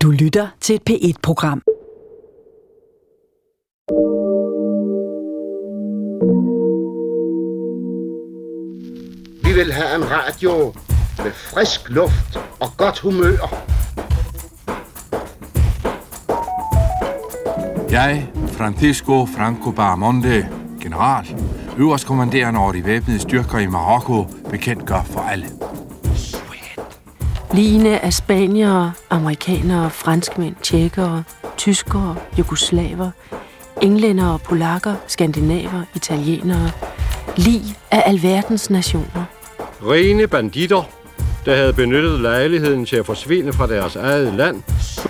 Du lytter til et P1-program. Vi vil have en radio med frisk luft og godt humør. Jeg, Francisco Franco Baramonte, general, øverstkommanderende over de væbnede styrker i Marokko, bekendtgør for alle. Ligene af spaniere, amerikanere, franskmænd, tjekkere, tyskere, jugoslaver, englændere, polakker, skandinaver, italienere. Lig af alverdens nationer. Rene banditter, der havde benyttet lejligheden til at forsvinde fra deres eget land.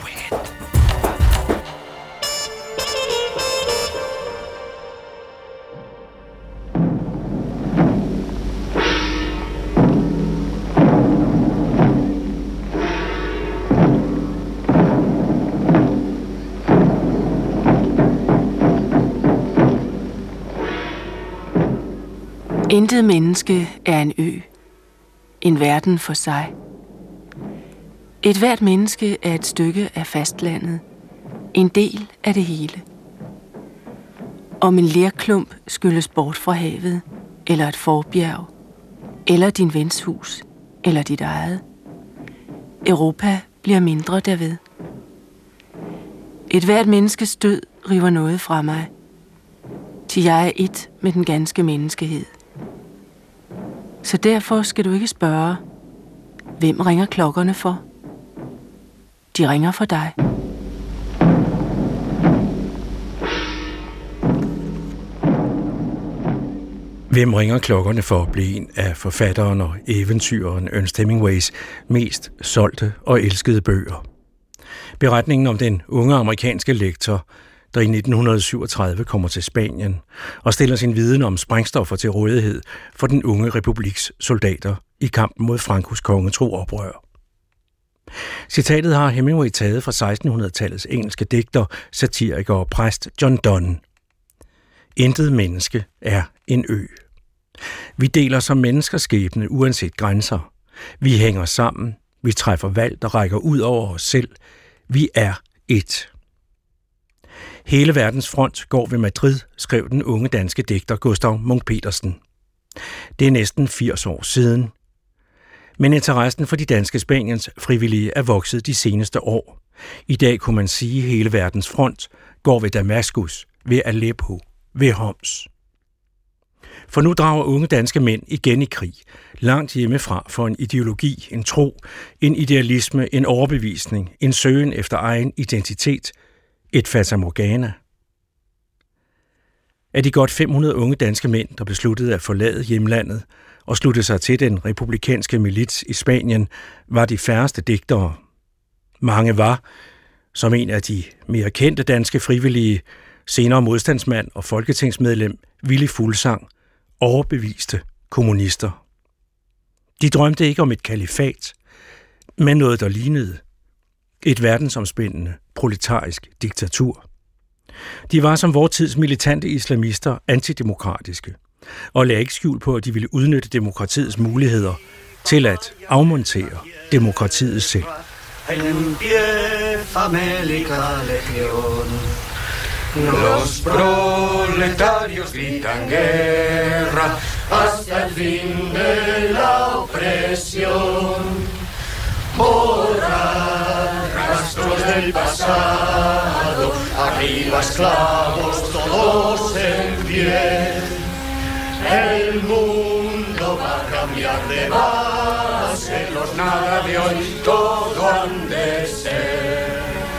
Intet menneske er en ø. En verden for sig. Et hvert menneske er et stykke af fastlandet. En del af det hele. Om en lerklump skylles bort fra havet, eller et forbjerg, eller din vens hus, eller dit eget. Europa bliver mindre derved. Et hvert menneskes død river noget fra mig, til jeg er et med den ganske menneskehed. Så derfor skal du ikke spørge, hvem ringer klokkerne for? De ringer for dig. Hvem ringer klokkerne for blev en af forfatteren og eventyreren Ernest Hemingways mest solgte og elskede bøger. Beretningen om den unge amerikanske lektor, der i 1937 kommer til Spanien og stiller sin viden om sprængstoffer til rådighed for den unge republiks soldater i kampen mod Francos kongetro-oprør. Citatet har Hemingway taget fra 1600-tallets engelske digter, satiriker og præst John Donne. Intet menneske er en ø. Vi deler som mennesker skæbne uanset grænser. Vi hænger sammen. Vi træffer valg, der rækker ud over os selv. Vi er et. Hele verdens front går ved Madrid, skrev den unge danske digter Gustav Munch-Petersen. Det er næsten 80 år siden. Men interessen for de danske Spaniens frivillige er vokset de seneste år. I dag kunne man sige, at hele verdens front går ved Damaskus, ved Aleppo, ved Homs. For nu drager unge danske mænd igen i krig, langt hjemmefra for en ideologi, en tro, en idealisme, en overbevisning, en søgen efter egen identitet, et fatamorgana. Af de godt 500 unge danske mænd, der besluttede at forlade hjemlandet og slutte sig til den republikanske milits i Spanien, var de færreste digtere. Mange var, som en af de mere kendte danske frivillige, senere modstandsmand og folketingsmedlem Willy Fuglsang, overbeviste kommunister. De drømte ikke om et kalifat, men noget, der lignede et verdensomspændende proletarisk diktatur. De var som vor tids militante islamister antidemokratiske, og lagde ikke skjul på, at de ville udnytte demokratiets muligheder til at afmontere demokratiet selv. Los proletarios gritan guerra hasta el fin de la opresión. Borrar rastros del pasado, arriba esclavos, todos en pie. El mundo va a cambiar de base, los nada de hoy, todo han de ser.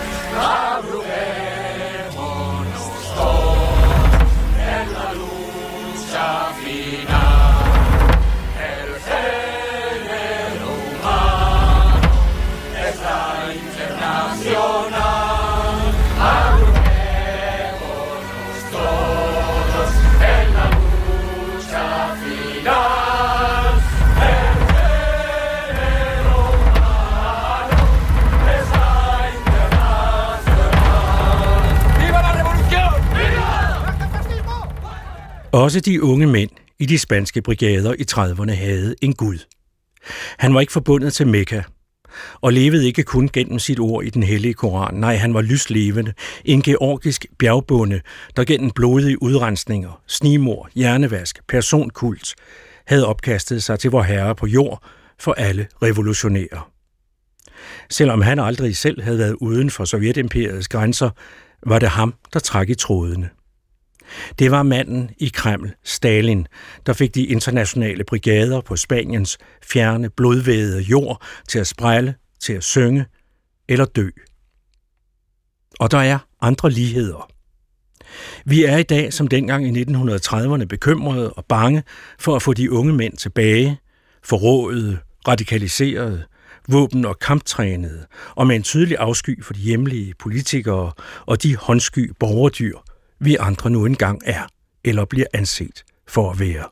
Også de unge mænd i de spanske brigader i 30'erne havde en gud. Han var ikke forbundet til Mekka. og levede ikke kun gennem sit ord i den hellige Koran. Nej, han var lyslevende, en georgisk bjergbonde, der gennem blodige udrensninger, snigmord, hjernevask, personkult, havde opkastet sig til vor herre på jord for alle revolutionære. Selvom han aldrig selv havde været uden for Sovjetimperiets grænser, var det ham, der trak i trådene. Det var manden i Kreml, Stalin, der fik de internationale brigader på Spaniens fjerne, blodvædede jord til at sprælle, til at synge eller dø. Og der er andre ligheder. Vi er i dag som dengang i 1930'erne bekymrede og bange for at få de unge mænd tilbage, forrådede, radikaliserede, våben- og kamptrænede, og med en tydelig afsky for de hjemlige politikere og de håndsky borgerdyr, vi andre nu engang er, eller bliver anset for at være.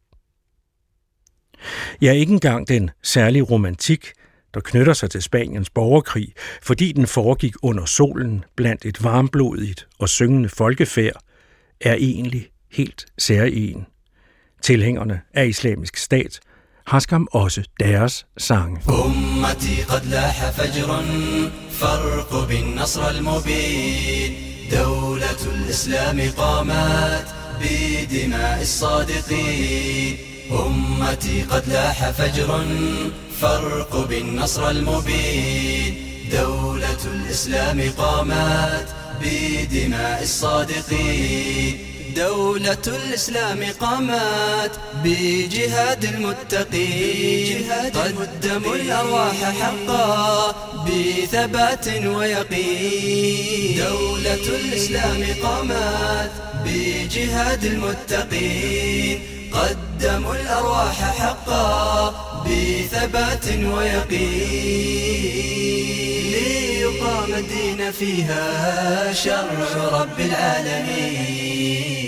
Ja, ikke engang den særlige romantik, der knytter sig til Spaniens borgerkrig, fordi den foregik under solen blandt et varmblodigt og syngende folkefærd, er egentlig helt særegen. Tilhængerne af Islamisk Stat har skam også deres sange. Ummati qad laha fajrun farq bin nasr al-mubin dawlatul islam qamat bi dima'i as-sadiqin ummati qad laha fajrun farq bin nasr al-mubin dawlatul islam qamat bi dima'i as-sadiqin دولة الإسلام قامت بجهاد المتقين قدموا الأرواح حقا بثبات ويقين دولة الإسلام قامت بجهاد المتقين قدموا الأرواح حقا بثبات ويقين ليقام الدين فيها شرع رب العالمين.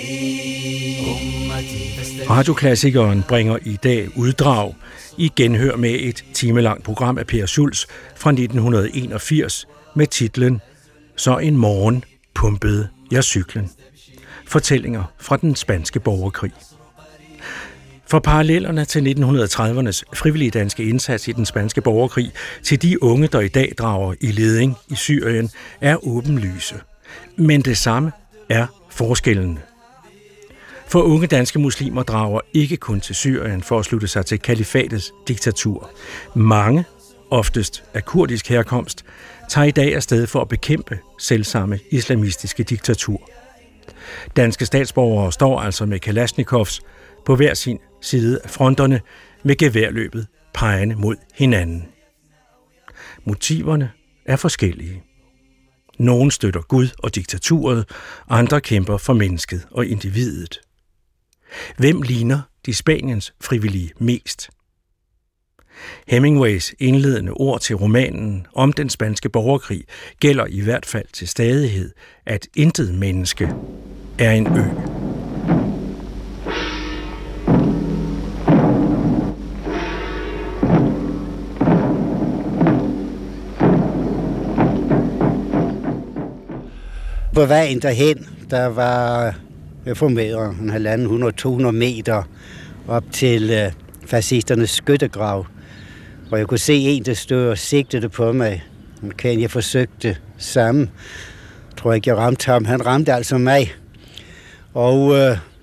Radioklassikeren bringer i dag uddrag i genhør med et timelangt program af Per Schulz fra 1981 med titlen Så en morgen pumpede jeg cyklen. Fortællinger fra den spanske borgerkrig. For parallellerne til 1930'ernes frivillige danske indsats i den spanske borgerkrig til de unge, der i dag drager i leding i Syrien, er åbenlyse. Men det samme er forskellene. For unge danske muslimer drager ikke kun til Syrien for at slutte sig til kalifatets diktatur. Mange, oftest af kurdisk herkomst, tager i dag afsted for at bekæmpe selvsamme islamistiske diktatur. Danske statsborgere står altså med Kalashnikovs på hver sin side af fronterne med geværløbet pegende mod hinanden. Motiverne er forskellige. Nogle støtter Gud og diktaturet, andre kæmper for mennesket og individet. Hvem ligner de Spaniens frivillige mest? Hemingways indledende ord til romanen om den spanske borgerkrig gælder i hvert fald til stadighed, at intet menneske er en ø. På vejen derhen, der var formeret 150-200 meter op til fascisternes skyttegrav. Og jeg kunne se en, der stod og sigtede på mig. Jeg forsøgte samme. Jeg tror ikke, jeg ramte ham. Han ramte altså mig. Og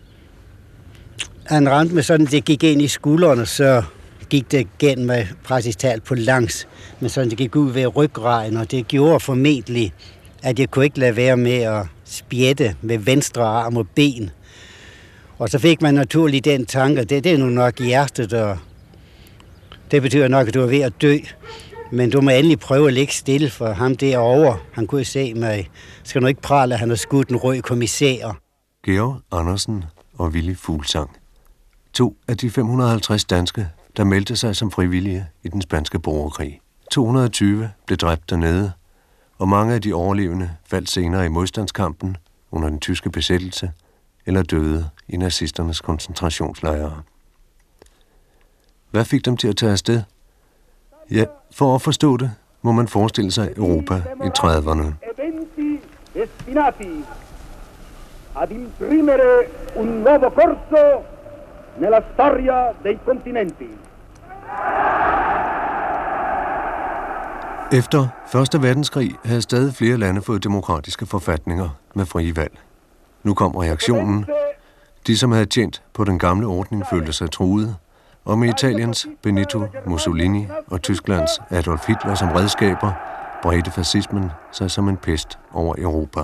han ramte mig sådan, det gik ind i skuldrene, så gik det gennem mig praktisk talt på langs. Men sådan, det gik ud ved ryggraden, og det gjorde formentlig, at jeg kunne ikke lade være med at spjætte med venstre arm og ben. Og så fik man naturligt den tanke, det er nu nok hjertet, og det betyder nok, at du er ved at dø. Men du må endelig prøve at ligge stille, for ham derovre, han kunne se mig. Skal nu ikke prale, at han har skudt en rød kommissær. Georg Andersen og Willy Fuglsang. 2 af de 550 danske, der meldte sig som frivillige i den spanske borgerkrig. 220 blev dræbt dernede, og mange af de overlevende faldt senere i modstandskampen under den tyske besættelse eller døde i nazisternes koncentrationslejre. Hvad fik dem til at tage afsted? Ja, for at forstå det, må man forestille sig Europa i 30'erne. Ad imprimere un nuovo corso nella storia dei continenti. Efter 1. verdenskrig havde stadig flere lande fået demokratiske forfatninger med frie valg. Nu kom reaktionen. De, som havde tjent på den gamle ordning, følte sig truede, og med Italiens Benito Mussolini og Tysklands Adolf Hitler som redskaber, bredte fascismen sig som en pest over Europa.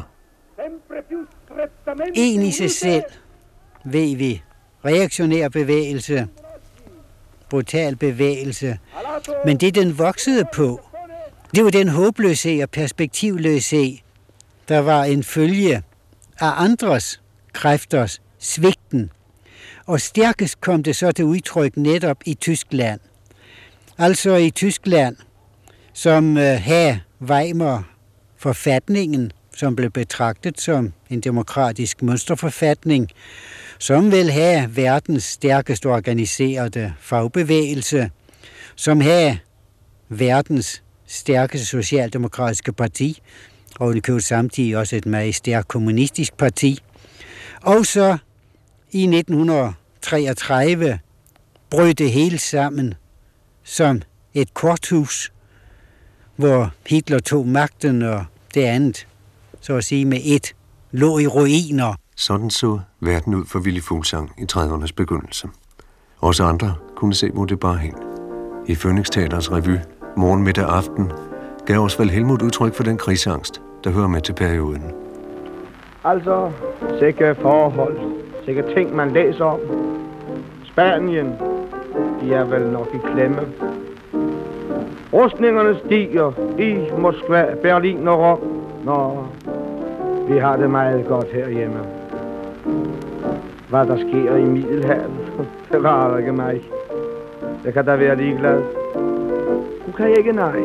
En i sig selv, ved vi, reaktionær bevægelse, brutal bevægelse, men det den voksede på, det var den håbløshed og perspektivløshed, der var en følge af andres kræfters svigten. Og stærkest kom det så til udtryk netop i Tyskland. Altså i Tyskland, som havde Weimar-forfatningen, som blev betragtet som en demokratisk mønsterforfatning, som vil have verdens stærkest organiserede fagbevægelse, som havde verdens stærkeste socialdemokratiske parti, og det købte samtidig også et meget stærkt kommunistisk parti. Og så i 1933 brød det hele sammen som et korthus, hvor Hitler tog magten, og det andet, så at sige med et, lå i ruiner. Sådan så verden ud for Willy Fuglsang i 30'ernes begyndelse. Også andre kunne se, hvor det bar hen. I Phoenix Teaters revy Morgen, middag, aften gav Osvald Helmuth udtryk for den krigsangst, der hører med til perioden. Altså, sikke forhold, sikke ting, man læser om. Spanien, de er vel nok i klemme. Rustningerne stiger i Moskva, Berlin og Rom. Nå, vi har det meget godt herhjemme. Hvad der sker i Middelhavet, det varer ikke mig. Jeg kan da være ligeglad. Nu kan jeg ikke nej.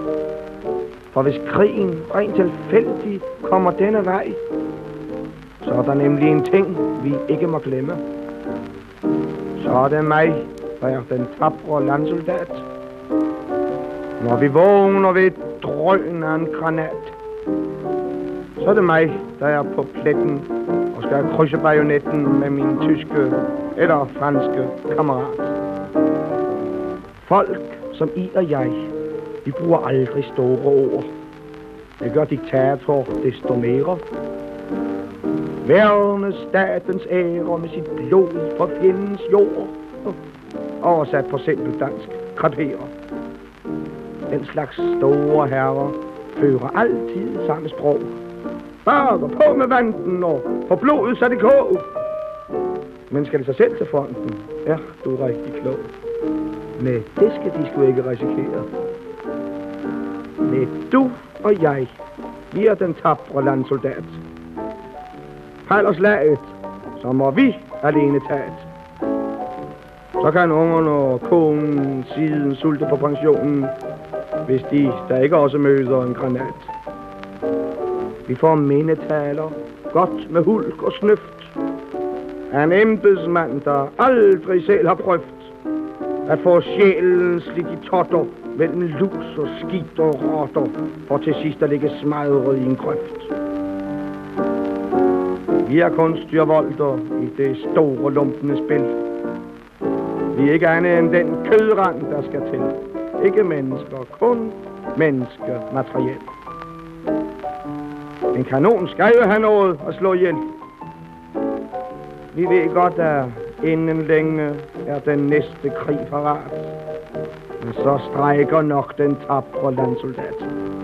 For hvis krigen rent tilfældigt kommer denne vej, så er der nemlig en ting, vi ikke må glemme. Så er det mig, der er den tapre landsoldat. Når vi vågner ved et drøn af en granat, så er det mig, der er på pletten og skal krydse bajonetten med min tyske eller franske kammerat. Folk som I og jeg, vi bruger aldrig store ord. Det gør diktator desto mere. Værne statens ære med sit blod for fjendens jord. Oversat på simpelt dansk, krapere. Den slags store herrer fører altid samme sprog. Bare gå på med vanten og få blodet sat i kog. Men skal det sig selv til fronten? Ja, du er rigtig klog. Nej, det skal de sgu ikke risikere. Nej, du og jeg, vi er den tapre landsoldat. Fejler slaget, så må vi alene taget. Så kan ungerne og konen siden sulte på pensionen, hvis de der ikke også møder en granat. Vi får mindetaler, godt med hulk og snøft. En embedsmand, der aldrig selv har prøvet at få sjælen slidt i totter mellem lus og skidt og rotter, for til sidst at ligge smadret i en grøft. Vi er kun styrvolter i det store lumpende spil. Vi er ikke andet end den kødrand, der skal til. Ikke mennesker, kun menneskemateriel. En kanon skal jo have noget at slå ihjel. Vi ved godt, at inden længe er den næste krig parat. Men så strækker nok den tapre landsoldat.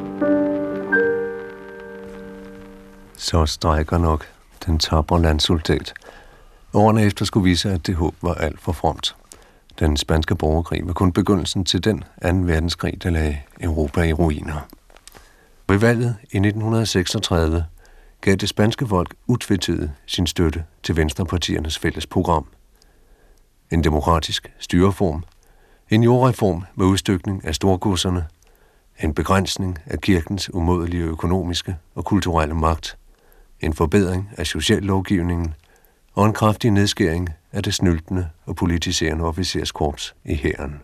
Så strækker nok den tapre landsoldat. Årene efter skulle vise, at det håb var alt for fromt. Den spanske borgerkrig var kun begyndelsen til den 2. verdenskrig, der lagde Europa i ruiner. Ved valget i 1936 gav det spanske folk utvetydigt sin støtte til venstrepartiernes fælles program. En demokratisk styreform, en jordreform med udstykning af storgodserne, en begrænsning af kirkens umådelige økonomiske og kulturelle magt, en forbedring af sociallovgivningen og en kraftig nedskæring af det snyltende og politiserende officerskorps i hæren.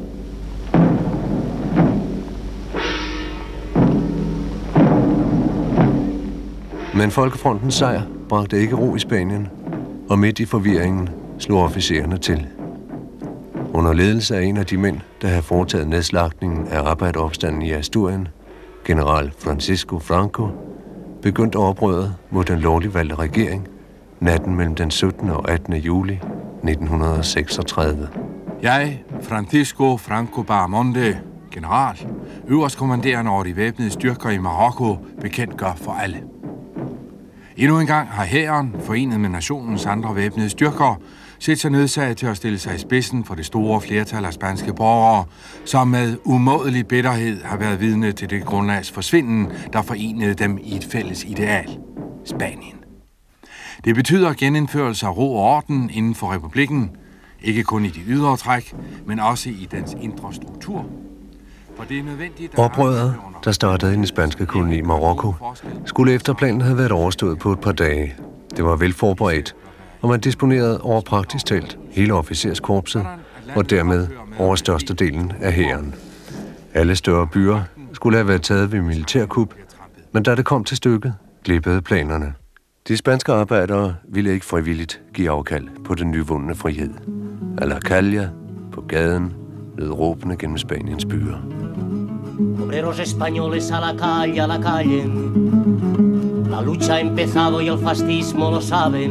Men Folkefrontens sejr bragte ikke ro i Spanien, og midt i forvirringen slog officererne til. Under ledelse af en af de mænd, der havde foretaget nedslagtningen af arbejderopstanden i Asturien, general Francisco Franco, begyndte oprøret mod den lovligt valgte regering natten mellem den 17. og 18. juli 1936. Jeg, Francisco Franco Baramonde, general, øverstkommanderende over de væbnede styrker i Marokko, bekendtgør for alle. Endnu en gang har hæren, forenet med nationens andre væbnede styrker, set sig nødsaget til at stille sig i spidsen for det store flertal af spanske borgere, som med umådelig bitterhed har været vidne til det grundlags forsvinden, der forenede dem i et fælles ideal: Spanien. Det betyder genindførelse af ro og orden inden for republikken, ikke kun i de ydre træk, men også i dens indre struktur. For det er nødvendigt, Oprøret, der startede i den spanske koloni Marokko, skulle efter planen have været overstået på et par dage. Det var velforberedt, og man disponerede over praktisk talt hele officerskorpset, og dermed over størstedelen af hæren. Alle større byer skulle have været taget ved militærkup, men da det kom til stykket, glippede planerne. De spanske arbejdere ville ikke frivilligt give afkald på den nyvundne frihed. A la calle, på gaden, lød råbende gennem Spaniens byer. Obreros españoles a la calle, a la calle. La lucha ha empezado y el fascismo lo saben.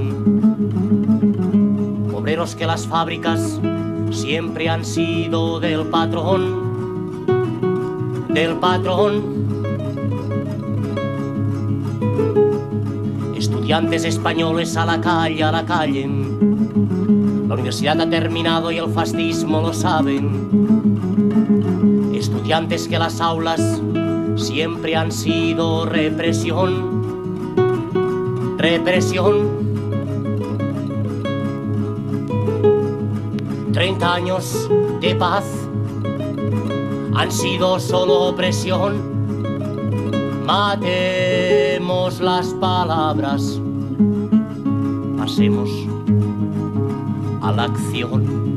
Obreros que las fábricas siempre han sido del patrón. Del patrón. Estudiantes españoles a la calle, a la calle. La universidad ha terminado y el fascismo lo saben. Estudiantes que las aulas siempre han sido represión. Represión. 30 años de paz han sido solo opresión. Matemos las palabras. Pasemos a la acción.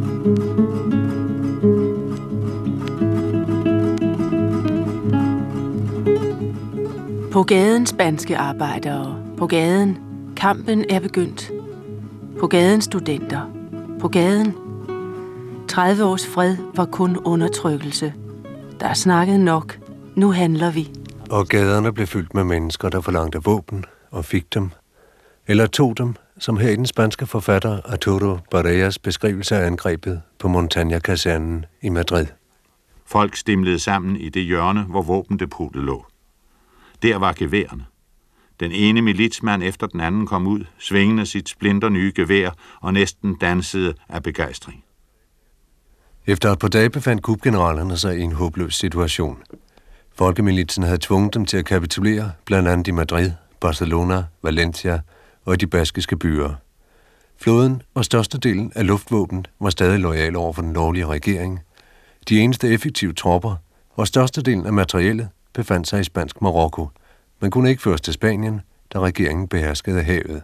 På gaden spanske arbejdere. På gaden. Kampen er begyndt. På gaden studenter. På gaden. 30 års fred var kun undertrykkelse. Der er snakket nok. Nu handler vi. Og gaderne blev fyldt med mennesker, der forlangte våben og fik dem. Eller tog dem, som her i den spanske forfatter Arturo Barreras beskrivelse af angrebet på Montaña-kasernen i Madrid. Folk stimlede sammen i det hjørne, hvor våbendepotet lå. Der var geværerne. Den ene militsmand efter den anden kom ud, svingende sit splinter nye gevær og næsten dansede af begejstring. Efter et par dage befandt kupgeneralerne sig i en håbløs situation. Folkemilitsen havde tvunget dem til at kapitulere, blandt andet i Madrid, Barcelona, Valencia og i de baskiske byer. Flåden og størstedelen af luftvåben var stadig loyale over for den lovlige regering. De eneste effektive tropper og størstedelen af materiellet befandt sig i spansk Marokko, men kunne ikke føres til Spanien, da regeringen beherskede havet.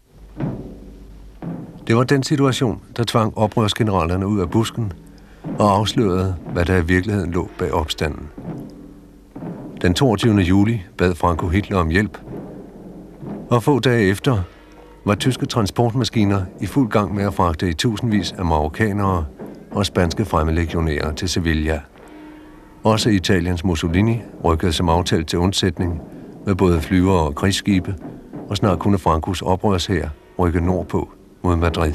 Det var den situation, der tvang oprørsgeneralerne ud af busken og afslørede, hvad der i virkeligheden lå bag opstanden. Den 22. juli bad Franco Hitler om hjælp, og få dage efter var tyske transportmaskiner i fuld gang med at fragte i tusindvis af marokkanere og spanske fremmedlegionærer til Sevilla. Også Italiens Mussolini rykkede som aftalt til undsætning med både flyver og krigsskibe, og snart kunne Francos oprørshær rykke nordpå mod Madrid.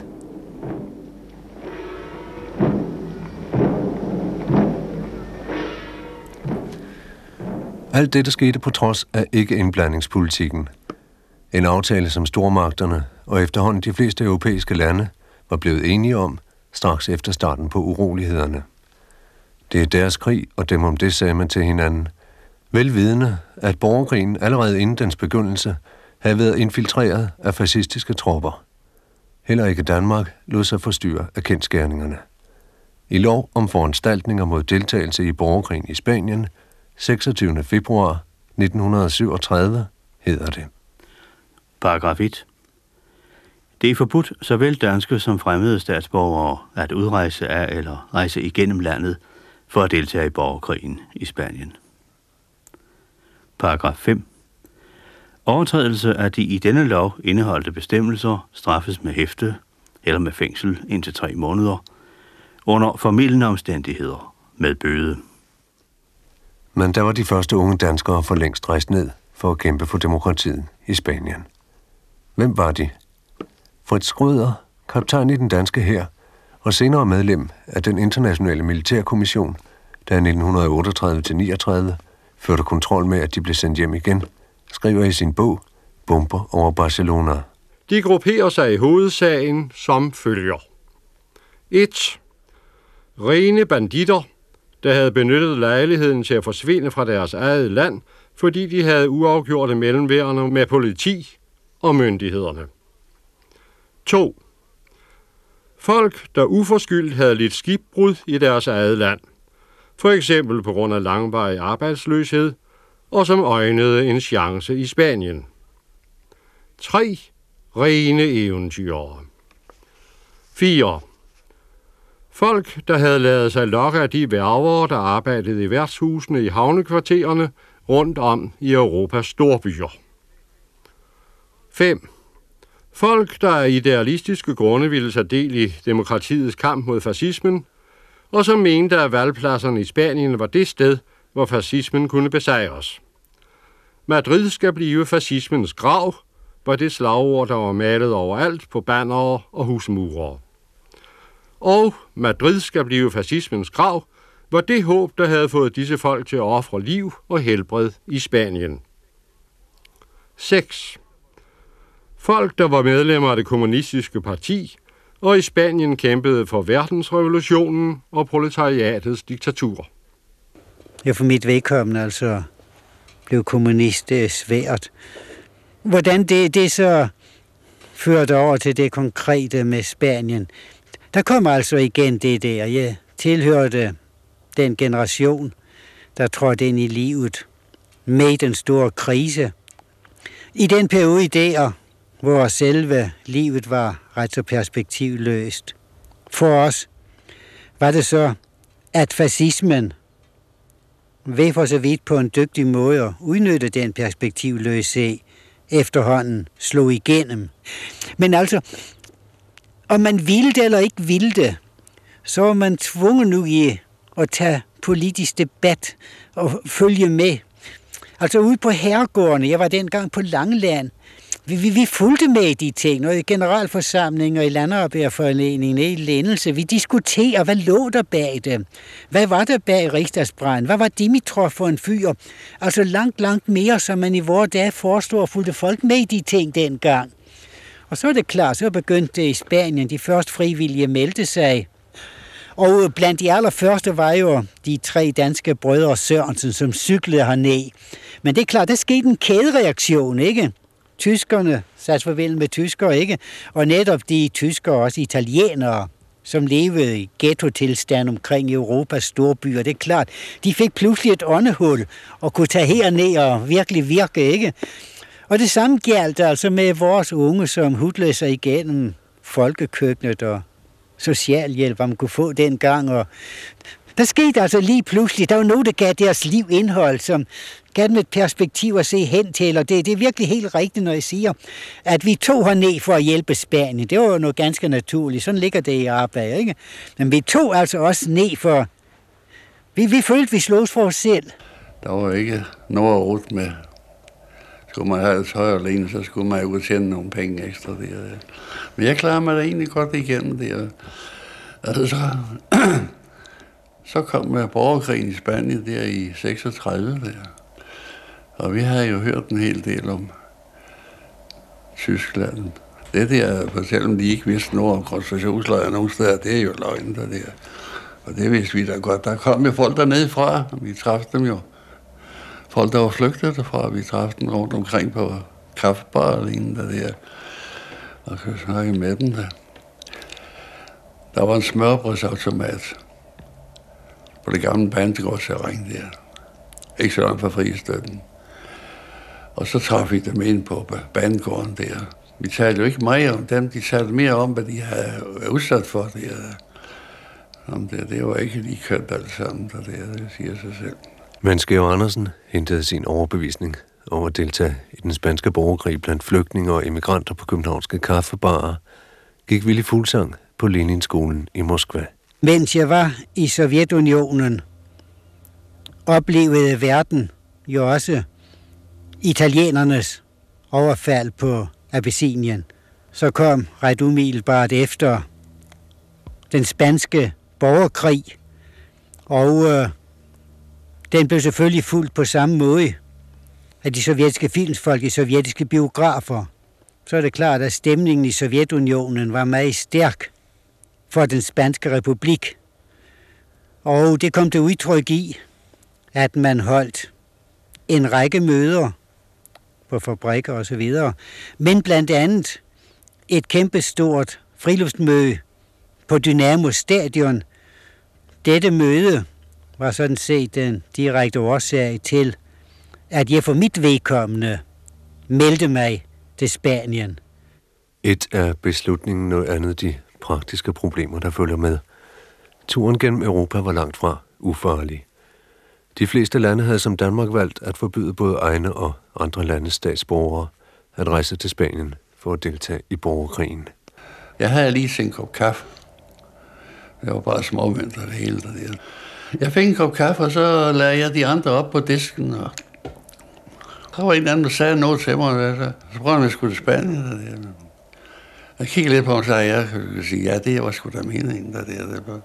Alt dette skete på trods af ikke-indblandingspolitikken. En aftale, som stormagterne og efterhånden de fleste europæiske lande var blevet enige om straks efter starten på urolighederne. Det er deres krig, og dem om det sagde man til hinanden. Velvidende, at borgerkrigen allerede inden dens begyndelse havde været infiltreret af fascistiske tropper. Heller ikke Danmark lod sig forstyrre af kendsgerningerne. I lov om foranstaltninger mod deltagelse i borgerkrigen i Spanien, 26. februar 1937, hedder det. Paragraf 1. Det er forbudt såvel danske som fremmede statsborgere at udrejse af eller rejse igennem landet for at deltage i borgerkrigen i Spanien. Paragraf 5. Overtrædelse af de i denne lov indeholdte bestemmelser straffes med hæfte eller med fængsel indtil 3 måneder, under formildende omstændigheder med bøde. Men der var de første unge danskere for længst rejst ned for at kæmpe for demokratiet i Spanien. Hvem var de? Fritz Schröder, kaptajn i den danske hær, og senere medlem af den internationale militærkommission, der i 1938-39 førte kontrol med, at de blev sendt hjem igen, skriver i sin bog Bomber over Barcelona. De grupperer sig i hovedsagen som følger. 1. Rene banditter, der havde benyttet lejligheden til at forsvinde fra deres eget land, fordi de havde uafgjorte mellemværende med politi og myndighederne. 2. Folk, der uforskyldt havde lidt skibbrud i deres eget land, for eksempel på grund af langvarig arbejdsløshed, og som øjnede en chance i Spanien. 3. Rene eventyrere. 4. Folk, der havde ladet sig lokke af de værger, der arbejdede i værtshusene i havnekvartererne rundt om i Europas storbyer. 5. Folk, der af idealistiske grunde ville tage del i demokratiets kamp mod fascismen, og som mente, at valgpladserne i Spanien var det sted, hvor fascismen kunne besejres. Madrid skal blive fascismens grav, var det slagord, der var malet overalt på bannere og husmure. Og Madrid skal blive fascismens grav, var det håb, der havde fået disse folk til at ofre liv og helbred i Spanien. 6. Folk, der var medlemmer af det kommunistiske parti, og i Spanien kæmpede for verdensrevolutionen og proletariatets diktatur. Jeg for mit vedkommende altså blev kommunist, det er svært. Hvordan det så førte over til det konkrete med Spanien, der kom altså igen det der. Jeg tilhørte den generation, der trådte ind i livet med den store krise. I den periode der, hvor selve livet var ret så perspektivløst. For os var det så, at fascismen ved for så vidt på en dygtig måde at udnytte den perspektivløshed efterhånden slog igennem. Men altså, om man ville det eller ikke ville det, så var man tvunget nu i at tage politisk debat og følge med. Altså ude på herregårdene, jeg var dengang på Langeland, vi fulgte med i de ting, og i generalforsamlinger i Landarbejderforeningen i Lændelse. Vi diskuterer, hvad lå der bag det? Hvad var der bag Rigsdagsbranden? Hvad var Dimitrov for en fyr? Altså langt mere, som man i vore dage forestår og fulgte folk med i de ting dengang. Og så er det klart, så begyndte det i Spanien, de første frivillige meldte sig. Og blandt de allerførste var jo de 3 danske brødre Sørensen, som cyklede herned. Men det er klart, der skete en kædereaktion, ikke? Tyskerne satte farvel med tyskere, ikke? Og netop de tyskere, også italienere, som levede i ghetto-tilstand omkring Europas storbyer, det er klart, de fik pludselig et åndehul og kunne tage herned og virkelig virke, ikke? Og det samme gjaldt altså med vores unge, som hudlede sig igennem folkekøkkenet og socialhjælp, hvor man kunne få dengang. Og der skete altså lige pludselig, der var noget, der gav deres liv indhold, som gav dem et perspektiv at se hen til, og det er virkelig helt rigtigt, når jeg siger, at vi tog herned for at hjælpe Spanien. Det var jo noget ganske naturligt, sådan ligger det i arbejde, ikke? Men vi tog altså også ned for, vi følte, vi slås for os selv. Der var ikke noget at rute med. Skulle man have et tøj alene, så skulle man jo tjene nogle penge ekstra der. Men jeg klarer mig da egentlig godt igennem det. Altså, så kom borgerkrigen i Spanien der i 36 der. Og vi havde jo hørt en hel del om Tyskland. Det der, selvom de ikke vidste noget om koncentrationslejre nogen steder, det er jo løgn der. Og det vidste vi da godt. Der kom jo folk dernede fra, og vi træffede dem jo. Folk, der var flygtet derfra, vi træffede dem rundt omkring på kaffebar og lignende der. Og så snakke med dem der. Der var en smørbrødsautomat på det gamle Banegårdsterræn der. Ikke så langt fra Fristøtten. Og så traf vi dem ind på banegården der. Vi talte jo ikke meget om dem, de talte mere om, hvad de havde udsat for det. Det var ikke lige kønt alt sammen, det siger sig selv. Men Georg Andersen hentede sin overbevisning over at deltage i den spanske borgerkrig blandt flygtninge og immigranter på københavnske kaffebarer, gik Willy Fuglsang på Leninskolen i Moskva. Mens jeg var i Sovjetunionen, oplevede verden jo også italienernes overfald på Abyssinien. Så kom ret umiddelbart efter den spanske borgerkrig, og den blev selvfølgelig fulgt på samme måde af de sovjetiske filmsfolk i sovjetiske biografer. Så er det klart, at stemningen i Sovjetunionen var meget stærk for den spanske republik. Og det kom til udtryk i, at man holdt en række møder på fabrikker og så videre, men blandt andet et kæmpestort friluftsmøde på Dynamo Stadion. Dette møde var sådan set den direkte årsag til, at jeg for mit vedkommende meldte mig til Spanien. Et er beslutningen, noget andet de praktiske problemer, der følger med. Turen gennem Europa var langt fra ufarlig. De fleste lande havde som Danmark valgt at forbyde både egne og andre landes statsborgere at rejse til Spanien for at deltage i borgerkrigen. Jeg havde lige set en kop kaffe. Jeg var bare småventet det hele der. Jeg fik en kop kaffe, og så lagde jeg de andre op på disken, og der var en anden, der sagde noget til mig, så prøvede jeg skulle til Spanien. Jeg kiggede lidt på ham, og sagde, jeg kunne sige, ja, det var sgu da meningen, der.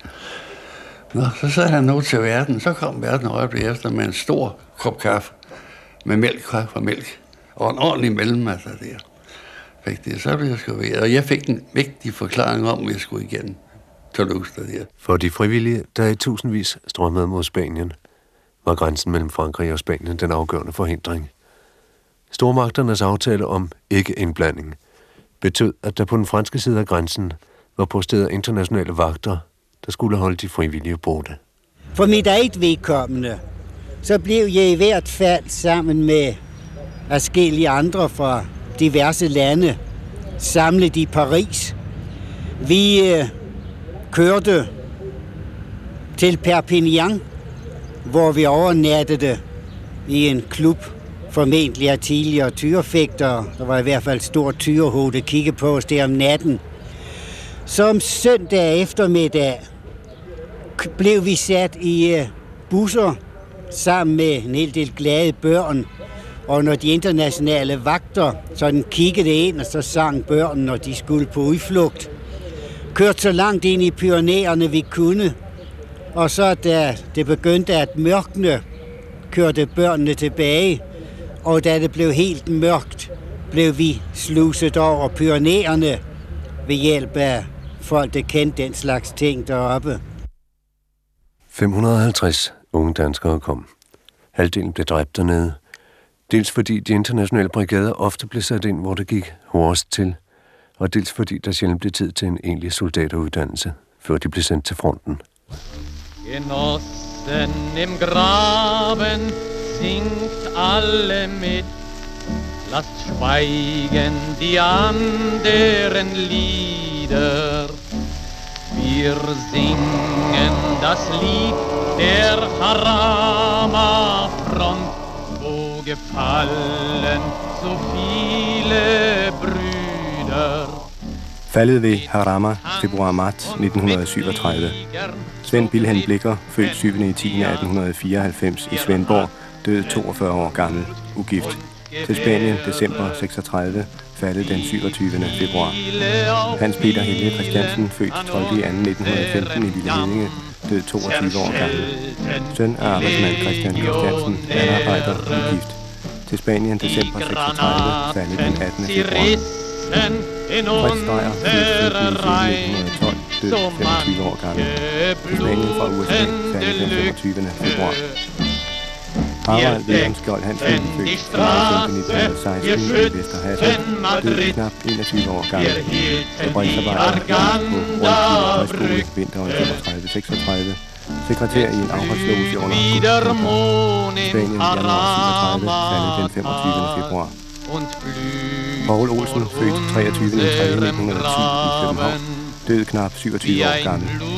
Nå, så sagde han noget til verden, så kom verden øjeblik efter med en stor kop kaffe, med mælk og mælk, og en ordentlig mellemmad der. Så blev jeg sgu ved, og jeg fik en vigtig forklaring om, at jeg skulle igen. For de frivillige, der i tusindvis strømmede mod Spanien, var grænsen mellem Frankrig og Spanien den afgørende forhindring. Stormagternes aftale om ikke-indblanding betød, at der på den franske side af grænsen var posteret internationale vagter, der skulle holde de frivillige borte. For mit eget vedkommende, så blev jeg i hvert fald sammen med adskillige andre fra diverse lande samlet i Paris. Vi kørte til Perpignan, hvor vi overnattede i en klub, formentlig af tidligere tyrefægtere. Der var i hvert fald et stort tyrehoved, der kiggede på os der om natten. Så om søndag eftermiddag blev vi sat i busser sammen med en hel del glade børn. Og når de internationale vagter sådan kiggede ind, og så sang børnene, når de skulle på udflugt, kørte så langt ind i Pyrenæerne vi kunne. Og så da det begyndte at mørkne, kørte børnene tilbage. Og da det blev helt mørkt, blev vi sluset over Pyrenæerne ved hjælp af folk, der kendte den slags ting deroppe. 550 unge danskere kom. Halvdelen blev dræbt dernede. Dels fordi de internationale brigader ofte blev sat ind, hvor det gik hårdest til, og dels fordi der sjældent blev tid til en egentlig soldateruddannelse, før de blev sendt til fronten. Genossen im Graben singt alle mit, lasst schweigen die anderen Lieder. Wir singen das Lied der Jarama-Front, wo gefallen so viele Brüder. Faldet ved Jarama, februar-marts 1937. Svend Vilhelm Blicher, født 7.10.1894 i Svendborg, døde 42 år gammel, ugift. Til Spanien, december 36, faldet den 27. februar. Hans Peter Helge Christiansen, født 12.2.1915 i Lille Hedinge, død 22 år gammel. Søn af arbejdsmand Christian Christiansen, landarbejder, ugift. Til Spanien, december 36, faldet den 18. februar. Fritz Dreyer, født 1912, død 25 år gammel. Til Spanien fra USA, faldet den 25. februar. Harald Wilhelm Skjold Hansen, født 1916 i Vesterhavet, død knap 21 år gammel. Fabriksarbejder på Rundskib Højskole vinteren 35-36. Sekretær i en afholdsloge under Spanien januar 37, faldet den 25. februar. Poul Olsen, født 23.3.1910 i København, død knap 27 år gammel.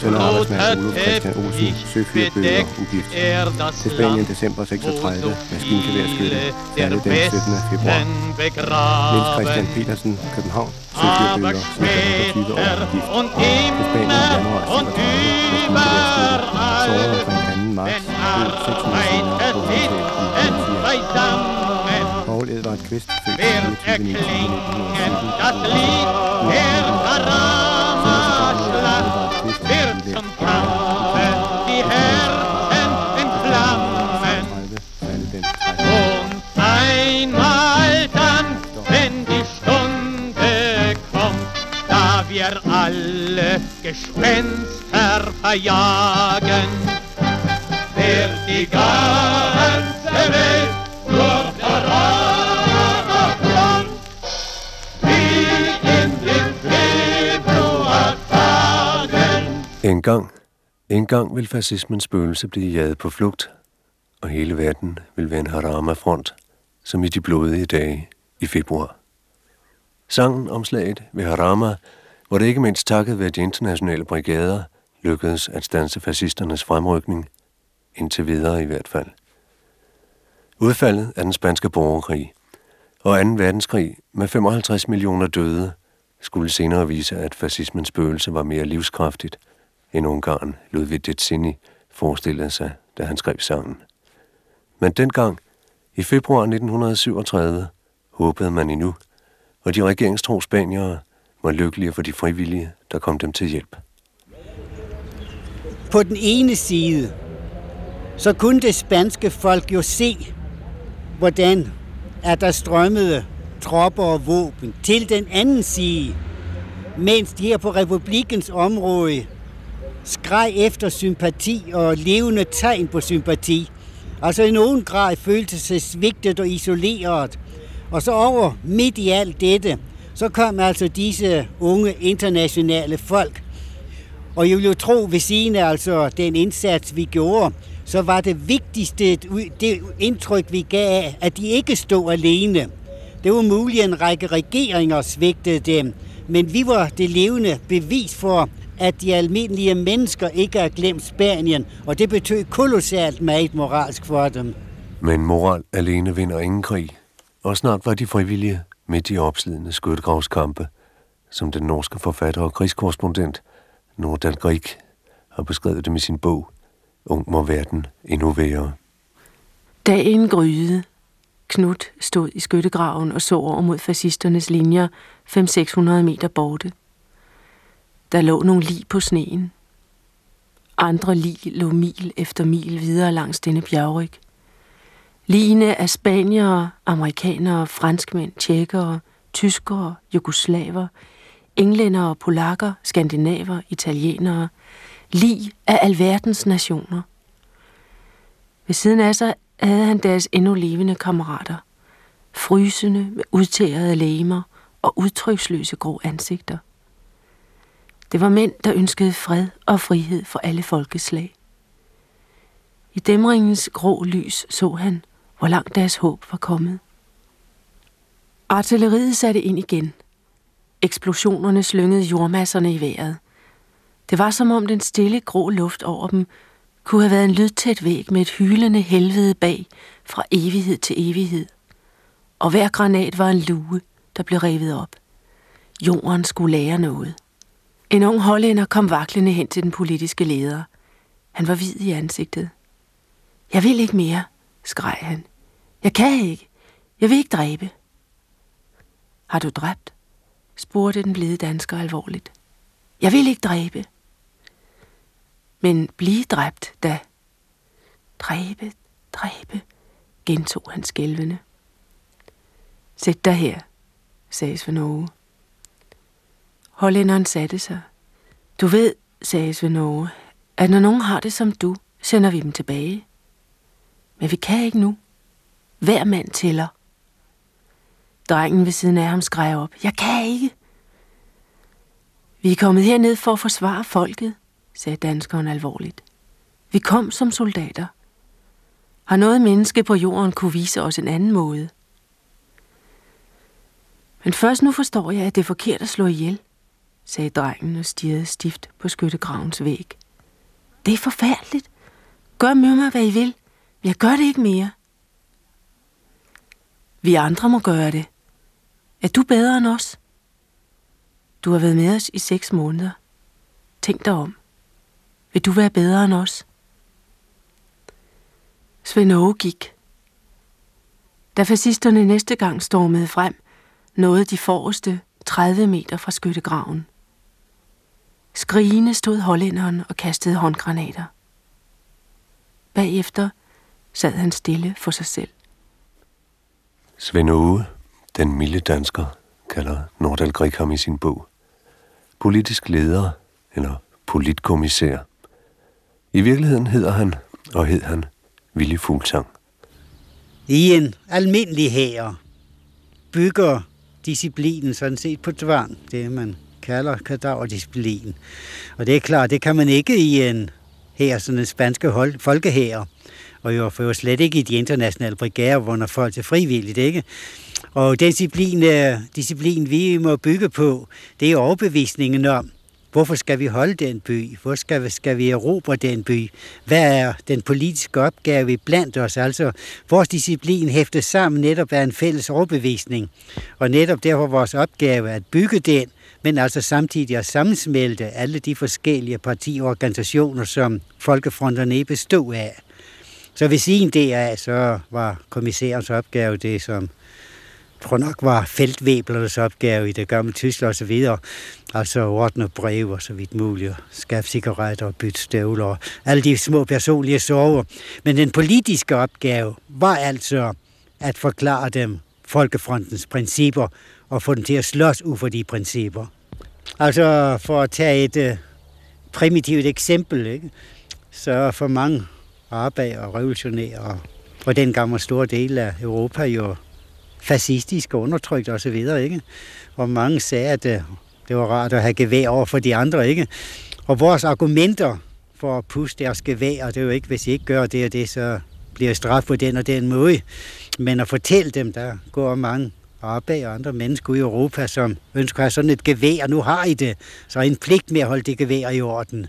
Søn af arbejdsmand Olof Christian Olsen, søfyrbøger, ugift. Til Spanien december 36, maskingeværskytte, færdig den 17. februar. Niels Christian Petersen, København, søfyrbøger, cirka 25 år, ugift. Til Spanien januar 37, maskingeværskytte, såret omkring 2. marts, død 6 måneder senere på hovedtag i Poul Edvard Kvist, født 24. alle Gespenster verjagen, wird die ganze Welt durch Front, wie in den Februartagen. En gang vil fascismens spøgelse blive jaget på flugt, og hele verden vil være en Jarama-front, som i de blodige dage i februar. Sangen om slaget ved Jarama, hvor det ikke mindst takket være de internationale brigader lykkedes at standse fascisternes fremrykning, indtil videre i hvert fald. Udfaldet af den spanske borgerkrig og 2. verdenskrig med 55 millioner døde skulle senere vise, at fascismens spøgelse var mere livskraftigt, end Ungarn Ludwig Dezzini forestillede sig, da han skrev sangen. Men dengang, i februar 1937, håbede man endnu, og de regeringstro spaniere var lykkelige for de frivillige, der kom dem til hjælp. På den ene side, så kunne det spanske folk jo se, hvordan at der strømmede tropper og våben til den anden side, mens de her på republikkens område skreg efter sympati og levende tegn på sympati. Altså i nogen grad følte sig svigtet og isoleret. Og så over midt i alt dette, så kom altså disse unge internationale folk. Og jeg vil jo tro, ved siden af altså den indsats, vi gjorde, så var det vigtigste det indtryk, vi gav af, at de ikke stod alene. Det var muligt, at en række regeringer svigtede dem, men vi var det levende bevis for, at de almindelige mennesker ikke har glemt Spanien, og det betød kolossalt meget moralsk for dem. Men moral alene vinder ingen krig, og snart var de frivillige midt i opslidende skyttegravskampe, som den norske forfatter og krigskorrespondent Nordahl Grieg har beskrevet dem i sin bog Ung må verden endnu værre. Dagen gryede. Knut stod i skyttegraven og så over mod fascisternes linjer 500-600 meter borte. Der lå nogle lig på sneen. Andre lig lå mil efter mil videre langs denne bjergryg. Ligene af spaniere, amerikanere, franskmænd, tjekkere, tyskere, jugoslaver, englændere, polakker, skandinaver, italienere, lig af alverdens nationer. Ved siden af sig havde han deres endnu levende kammerater, frysende med udtærede legemer og udtryksløse grå ansigter. Det var mænd, der ønskede fred og frihed for alle folkeslag. I dæmringens grå lys så han, hvor langt deres håb var kommet. Artilleriet satte ind igen. Eksplosionerne slyngede jordmasserne i vejret. Det var som om den stille grå luft over dem kunne have været en lydtæt væg med et hylende helvede bag fra evighed til evighed. Og hver granat var en lue, der blev revet op. Jorden skulle lære noget. En ung hollænder kom vaklende hen til den politiske leder. Han var hvid i ansigtet. Jeg vil ikke mere, skreg han. Jeg kan ikke. Jeg vil ikke dræbe. Har du dræbt? Spurgte den blide dansker alvorligt. Jeg vil ikke dræbe. Men blive dræbt, da. Dræbe, dræbe, gentog han skælvende. Sæt dig her, sagde Svend Åge. Hollænderen satte sig. Du ved, sagde Svend Åge, at når nogen har det som du, sender vi dem tilbage. Men vi kan ikke nu. Hver mand tæller. Drengen ved siden af ham skreg op. Jeg kan ikke. Vi er kommet herned for at forsvare folket, sagde danskeren alvorligt. Vi kom som soldater. Har noget menneske på jorden kunne vise os en anden måde? Men først nu forstår jeg, at det er forkert at slå ihjel. sagde drengen og stirrede stift på skyttegravens væg. Det er forfærdeligt. Gør med mig, hvad I vil. Jeg gør det ikke mere. Vi andre må gøre det. Er du bedre end os? Du har været med os i 6 måneder. Tænk dig om. Vil du være bedre end os? Svend Åge gik. Da fascisterne næste gang stormede frem, nåede de forreste 30 meter fra skyttegraven. Skrigende stod hollænderen og kastede håndgranater. Bagefter sad han stille for sig selv. Svend Åge, den milde dansker, kalder Nordahl Grieg ham i sin bog. Politisk leder eller politkommissær. I virkeligheden hed han Willy Fuglsang. I en almindelig hær bygger disciplinen sådan set på tvang, det man kalder kadaverdisciplin. Og det er klart, det kan man ikke i en hær, sådan en spanske folkehær, og jo for slet ikke i de internationale brigader, hvor når folk er frivilligt, ikke? Og den disciplin, vi må bygge på, det er overbevisningen om, hvorfor skal vi holde den by? Hvor skal vi erobre den by? Hvad er den politiske opgave blandt os? Altså, vores disciplin hæftes sammen netop af en fælles overbevisning. Og netop derfor vores opgave er at bygge den, men altså samtidig at sammensmelte alle de forskellige partiorganisationer, som folkefronterne bestod af. Så ved siden deraf, så var kommissærens opgave det, som tror nok var feltvæblernes opgave i det gamle Tyskland og så videre. Altså ordne brev og så vidt muligt, skaffe cigaretter og bytte støvler og alle de små personlige sorger. Men den politiske opgave var altså at forklare dem folkefrontens principper og få dem til at slås ud for de principper. Altså for at tage et primitivt eksempel, ikke? Så for mange arbejdere og revolutionære, og dengang var store dele af Europa jo fascistisk og undertrykt og så videre, ikke? Og mange sagde, at det var rart at have gevær over for de andre, ikke? Og vores argumenter for at puste deres gevær, det er jo ikke, hvis I ikke gør det og det, så bliver straf på den og den måde. Men at fortælle dem, der går mange arbejdere og andre mennesker i Europa, som ønsker at have sådan et gevær, og nu har I det, så er I en pligt med at holde det gevær i orden.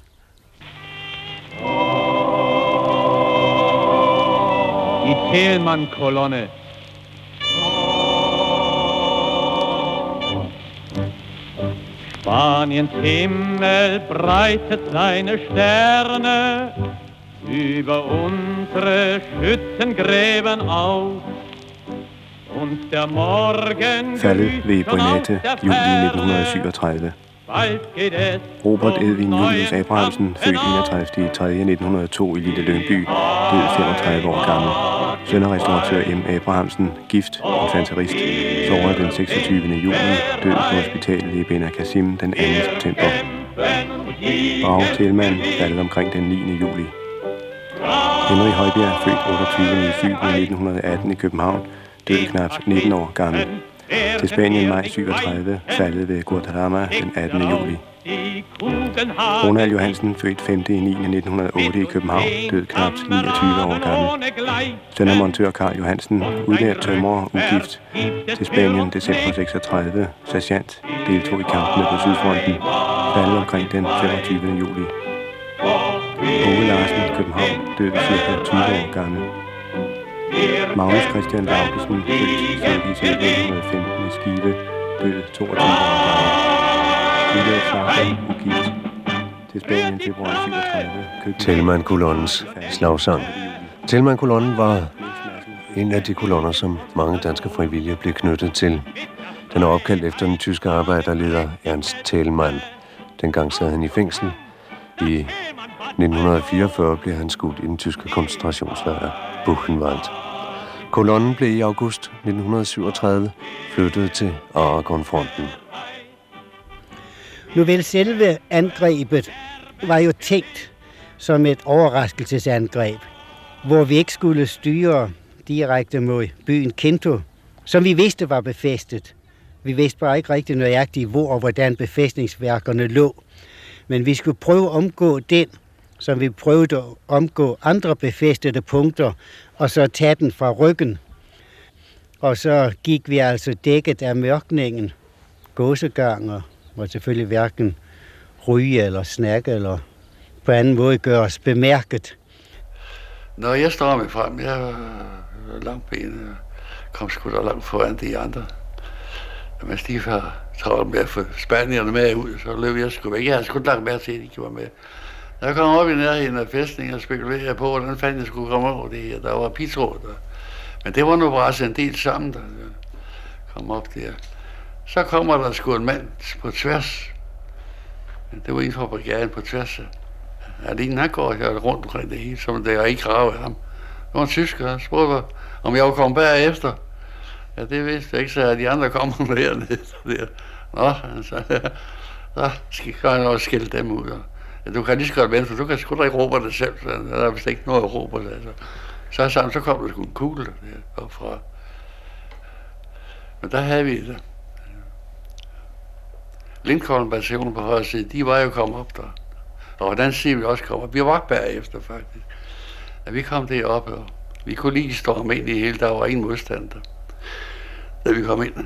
I Thälmann-kolonne. Spaniens Himmel breitet seine Sterne über unsere Schützengräben aus. Und der Morgen Faldet ved Brünette, juli 1937. Robert Edwin Julius Abrahamsen, født 31.3.1902 i Lille Lyngby, død 35 år gammel. Søn af restauratør M. Abrahamsen, gift, infanterist, såret den 26. juni, død på hospitalet i Ben Qasim den 2. september. Brahe Thälmann faldet omkring den 9. juli. Henry Højbjerg, født 28.7.1918 i København, død knap 19 år gammel. Til Spanien maj 37, faldet ved Guadarrama den 18. juli. Ronald Johansen, født 5.9.1908 i København, død knap 29 år gammel. Søn af montør Karl Johansen, udlært tømrer, ugift. Til Spanien december 36, sergeant, deltog i kampene på Sydfronten, faldet omkring den 25. juli. Ove Larsen, København, død cirka 20 år gammel. Magnus Christian Laugesen, født i 1915 i Skive, død 22 år gammel. Udlært slagsang, ugift. Til Spanien februar 37. Thälmann-kolonnens slagsang. Thälmann-kolonnen var en af de kolonner, som mange danske frivillige blev knyttet til. Den er opkaldt efter den tyske arbejderleder Ernst Thälmann. Dengang sad han i fængsel. I 1944 blev han skudt i den tyske koncentrationslejr Buchenwald. Kolonnen blev i august 1937 flyttet til Aragonfronten. Nu vel, selve angrebet var jo tænkt som et overraskelsesangreb, hvor vi ikke skulle styre direkte mod byen Kinto, som vi vidste var befæstet. Vi vidste bare ikke rigtig nøjagtigt, hvor og hvordan befæstningsværkerne lå. Men vi skulle prøve at omgå den, som vi prøvede at omgå andre befæstede punkter, og så tage den fra ryggen. Og så gik vi altså dækket af mørkningen, gåsegang og og selvfølgelig hverken ryge eller snakke, eller på anden måde gøre os bemærket. Når jeg står med frem, jeg var langt benet, og kom sgu da langt foran de andre. Når man stiv har travlt med at få spanierne med ud, så løb jeg sgu væk. Jeg havde sgu langt med at se, at de gjorde med. Da jeg kom op i nærheden af fæstningen og spekulerede på, hvordan fanden jeg skulle komme over det her. Der var pitråd der. Men det var nu bare så en del sammen, der kom op der. Så kommer der sgu en mand på tværs. Det var en fra brigaden på tværs. Alene han går rundt omkring det hele, som det er ikke gravet af ham. Det var en tysker, han spurgte, om jeg var kommet bagefter. Ja, det vidste jeg ikke, så at de andre kommer dernede. Der. Nå, han sagde, så skal jeg også skille dem ud. Ja, du kan lige så godt vente, for du kan sgu da ikke råbe dig selv. Der er vist ikke noget at råbe dig. Så kom der sgu en kugle derfra. Men der havde vi det. Lincoln-bataljonen på højre side, de var jo kommet op der. Og hvordan siger vi også kom op? Vi var bagefter faktisk. Da vi kom derop, og vi kunne lige storme ind i hele, der var ingen modstand der. Da vi kom ind.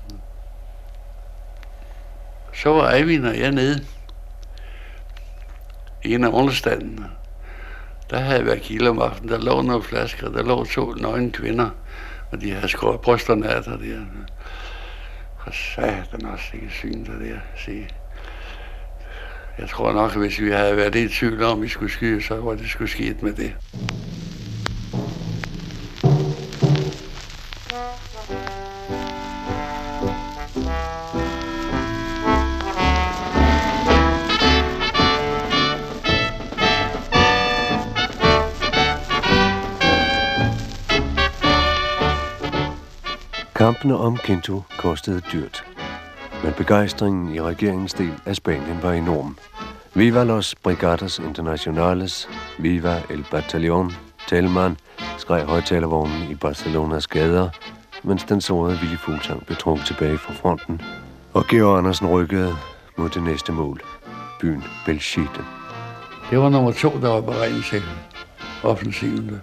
Så var Eivind og jeg nede i en af understandene. Der havde været kilde om aftenen, der lå nogle flasker, der lå 2 nøgne kvinder, og de havde skåret brysterne af der. Og satan også ikke syn der sige. Jeg tror nok, at hvis vi havde været i tvivl om, vi skulle skyde, så var det skulle ske med det. Kampene om Quinto kostede dyrt, men begejstringen i regeringens del af Spanien var enorm. Viva los Brigadas Internacionales, viva el Batallón, Telman, skreg højtalervognen i Barcelonas gader, mens den sårede Willy Fuglsang blev trukket tilbage fra fronten, og Georg Andersen rykkede mod det næste mål, byen Belchite. Det var nummer 2, der var beregnet til offensiven.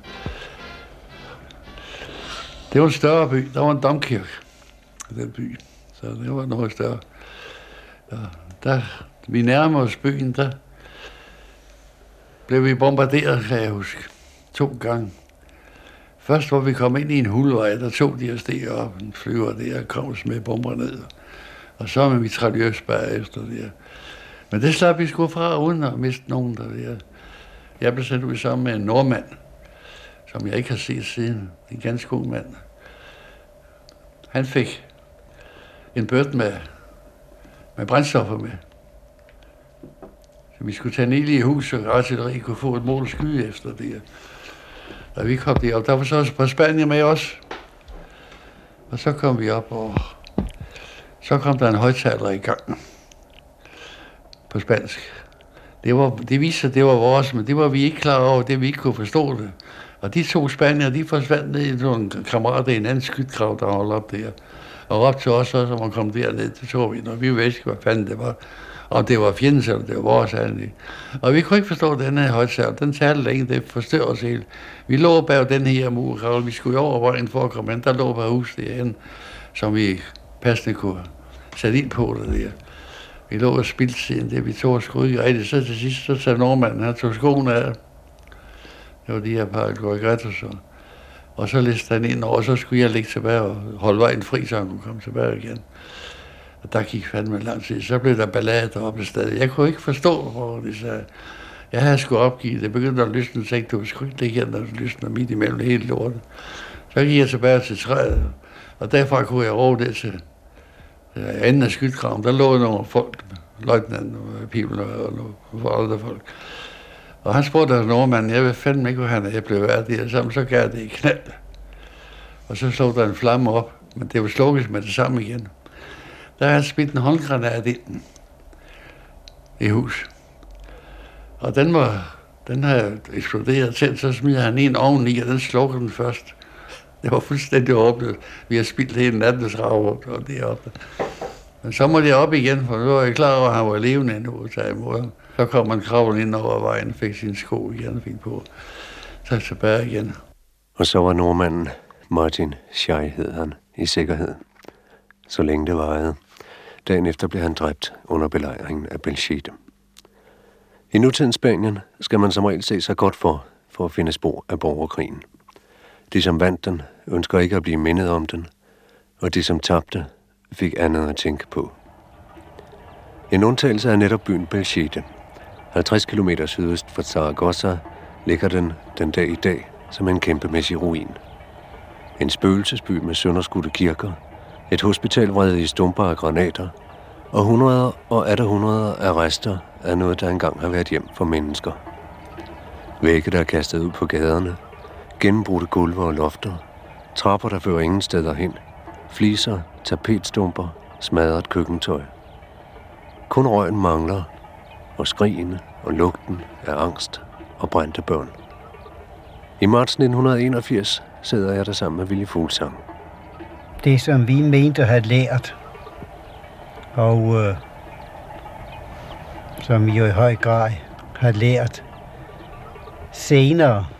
Det var en større by. Der var en domkirke i den by, så det var noget større. Ja, vi nærmede os byen, der blev vi bombarderet, kan jeg huske, 2 gange. Først hvor vi kom ind i en hulvej, der tog de os derop, en flyver der, kom os med bomber ned. Og så med mitraljøs bagefter der. Men det slap vi sgu fra, uden at miste nogen der. Jeg blev sendt ud sammen med en nordmand, som jeg ikke har set siden. En ganske god mand. Han fik en bøtte med brændstoffer med. Så vi skulle tage ned i huset, og artilleri kunne få et mål at skyde efter det. Da vi kom derop, der var så på Spanien med os. Og så kom vi op, og så kom der en højtaler i gang på spansk. Det viste sig, det var vores, men det var vi ikke klar over, det vi ikke kunne forstå det. Og de 2 spanier, de forsvandt ned i nogle kammerater i en anden skytgrav, der holdt op der. Og op til os også, man kom derned, det tog vi, når vi vidste, hvad fanden det var. Og det var fjendens, eller det var vores handling. Og vi kunne ikke forstå den her højtaler. Den talte længe, det forstørrede os helt. Vi lå bag den her murkravle, vi skulle over vejen for at komme ind. Der lå på huset derhen, som vi passende kunne sætte ind på det der. Vi lå og spildte siden det, vi tog og skruede ikke rigtigt. Så til sidst, så sagde nordmanden, han tog skoene af. Det var de her par algoritmer. Og så læste han ind over, og så skulle jeg ligge tilbage og holde vejen fri, så han kunne komme tilbage igen. Og der gik fandme lang tid. Så blev der ballade deroppe stadig. Jeg kunne ikke forstå, hvor de sagde. Jeg havde sgu opgivet. Det begyndte at lysne, og tænkte, du skulle ikke ligge her, når det lysner midt imellem hele lortet. Så gik jeg tilbage til træet, og derfra kunne jeg råbe det til enden af skytgraven. Der lå nogle folk, løjtnant og pibel og nogle andre folk. Og han spurgte af nordmanden, jeg ved fandme ikke, hvor han er. Jeg blev været der sammen, så gav det i knald. Og så slog der en flamme op, men det var slukket med det samme igen. Der havde han smidt en håndgranat ind i hus. Og den havde eksploderet til, så smider han en oveni, og den slukker den først. Det var fuldstændig oplevet. Vi har spildt hele nattens rav og deroppe. Men så måtte jeg op igen, for nu var jeg klar over, at han var levende endnu og tage imod ham. Så kom man kravlen ind over vejen, fik sine sko igen og fik på. Så tilbage igen. Og så var nordmanden, Martin Schei hed han, i sikkerhed. Så længe det varede. Dagen efter blev han dræbt under belejringen af Belchite. I nutidens Spanien skal man som regel se sig godt for at finde spor af borgerkrigen. De, som vandt den, ønsker ikke at blive mindet om den, og de, som tabte, fik andet at tænke på. En undtagelse er netop byen Belchite. 50 km sydøst for Zaragoza ligger den dag i dag som en kæmpemæssig ruin. En spøgelsesby med sønderskudte kirker, et hospital vredet i stumper af granater, og hundreder og atter hundreder af rester af noget, der engang har været hjem for mennesker. Vægge, der er kastet ud på gaderne, gennembrudte gulve og lofter, trapper, der fører ingen steder hen, fliser, tapetstumper, smadret køkkentøj. Kun røgen mangler, og skrigene og lugten af angst og brændte børn. I marts 1981 sidder jeg der sammen med Willy Fuglsang. Det, som vi mente at have lært, og som vi jo i høj grad har lært senere,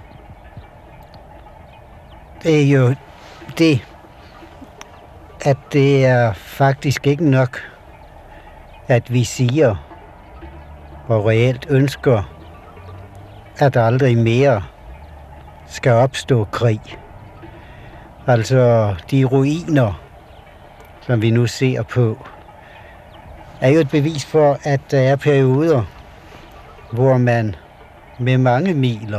det er jo det, at det er faktisk ikke nok, at vi siger og reelt ønsker, at der aldrig mere skal opstå krig. Altså de ruiner, som vi nu ser på, er jo et bevis for, at der er perioder, hvor man med mange miler,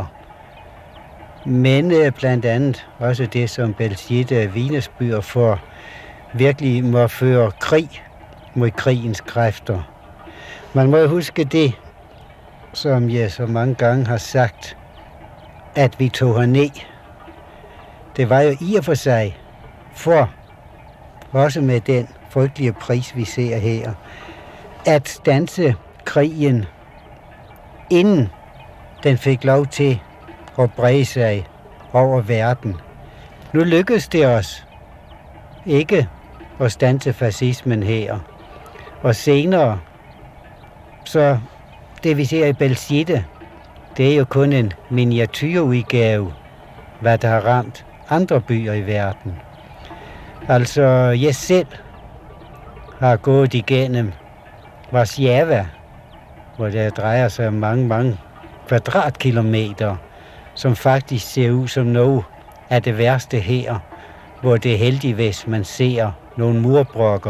men blandt andet også det, som Belchite vidnesbyrd for, virkelig må føre krig mod krigens kræfter. Man må huske det, som jeg så mange gange har sagt, at vi tog herned. Det var jo i og for sig, for også med den frygtelige pris, vi ser her, at standse krigen, inden den fik lov til at brede sig over verden. Nu lykkedes det os ikke at standse fascismen her. Og senere, så det vi ser i Belchite, det er jo kun en miniatyrudgave, hvad der har ramt andre byer i verden. Altså, jeg selv har gået igennem Warszawa, hvor det drejer sig om mange kvadratkilometer, som faktisk ser ud som noget af det værste her, hvor det er heldigt, hvis man ser nogle murbrokker.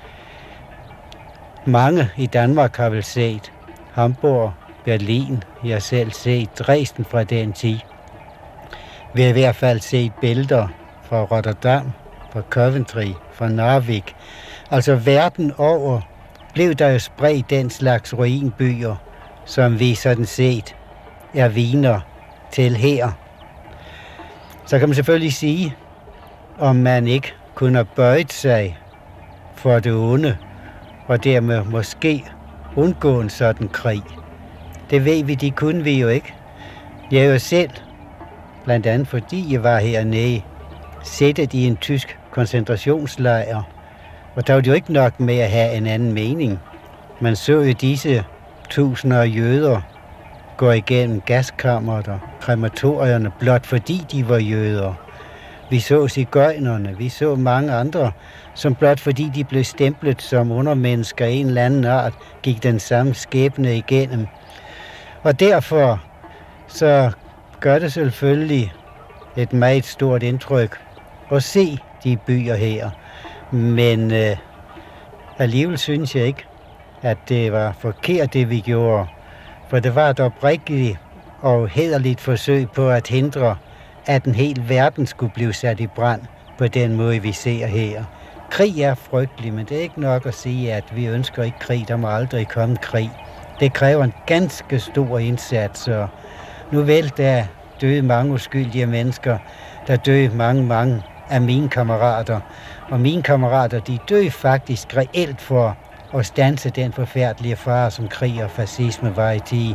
Mange i Danmark har vel set Hamburg, Berlin, jeg har selv set Dresden fra den tid. Vi har i hvert fald set billeder fra Rotterdam, fra Coventry, fra Narvik. Altså verden over blev der jo spredt den slags ruinbyer, som vi sådan set er viner til her. Så kan man selvfølgelig sige, om man ikke kunne have bøjet sig for det onde, og dermed måske undgå en sådan krig. Det ved vi, de kunne vi jo ikke. Jeg er jo selv, blandt andet fordi jeg var hernede, sættet i en tysk koncentrationslejr, og der var det jo ikke nok med at have en anden mening. Man så jo disse tusinder af jøder gå igennem gaskammeret og krematorierne, blot fordi de var jøder. Vi så sigøjnerne, vi så mange andre, som blot fordi de blev stemplet som undermennesker i en eller anden art, gik den samme skæbne igennem. Og derfor så gør det selvfølgelig et meget stort indtryk at se de byer her. Men alligevel synes jeg ikke, at det var forkert, det vi gjorde. For det var et oprigtigt og hæderligt forsøg på at hindre, at en hel verden skulle blive sat i brand på den måde, vi ser her. Krig er frygtelig, men det er ikke nok at sige, at vi ønsker ikke krig. Der må aldrig komme krig. Det kræver en ganske stor indsats, og nu vel, der døde mange uskyldige mennesker. Der døde mange af mine kammerater. Og mine kammerater, de døde faktisk reelt for at standse den forfærdelige fare, som krig og fascisme var i tid.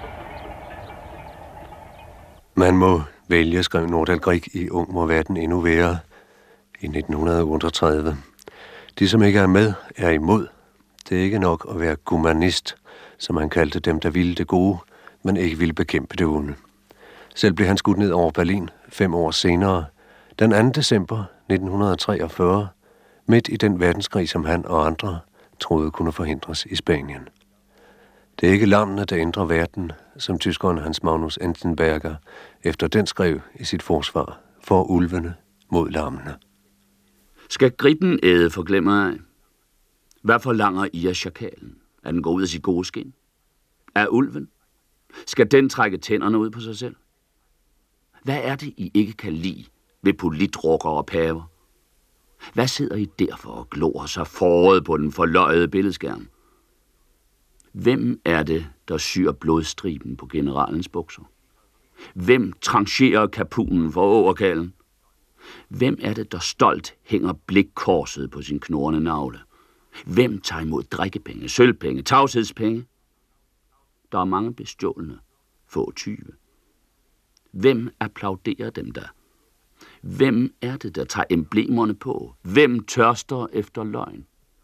Man må vælge, skrev Nordahl Grieg i Ung må verden endnu være i 1938. De, som ikke er med, er imod. Det er ikke nok at være humanist, som han kaldte dem, der ville det gode, men ikke ville bekæmpe det onde. Selv blev han skudt ned over Berlin 5 år senere, den 2. december 1943, midt i den verdenskrig, som han og andre troede kunne forhindres i Spanien. Det er ikke lammene, der ændrer verden, som tyskeren Hans Magnus Enzensberger efter den skrev i sit forsvar for ulvene mod lammene. Skal gribben æde forglemmer jeg? Hvad forlanger I af chakalen? At den går ud af sit gode skin? Af ulven? Skal den trække tænderne ud på sig selv? Hvad er det, I ikke kan lide ved politrukker og paver? Hvad sidder I derfor og glor sig foråret på den forløjede billedskærm? Hvem er det, der syr blodstriben på generalens bukser? Hvem trancherer kapunen for ågerkallen? Hvem er det, der stolt hænger blikkorset på sin knurrende navle? Hvem tager imod drikkepenge, sølvpenge, tavshedspenge? Der er mange bestjålne, få 20. Hvem applauderer dem der? Hvem er det, der tager emblemerne på? Hvem tørster efter løgn?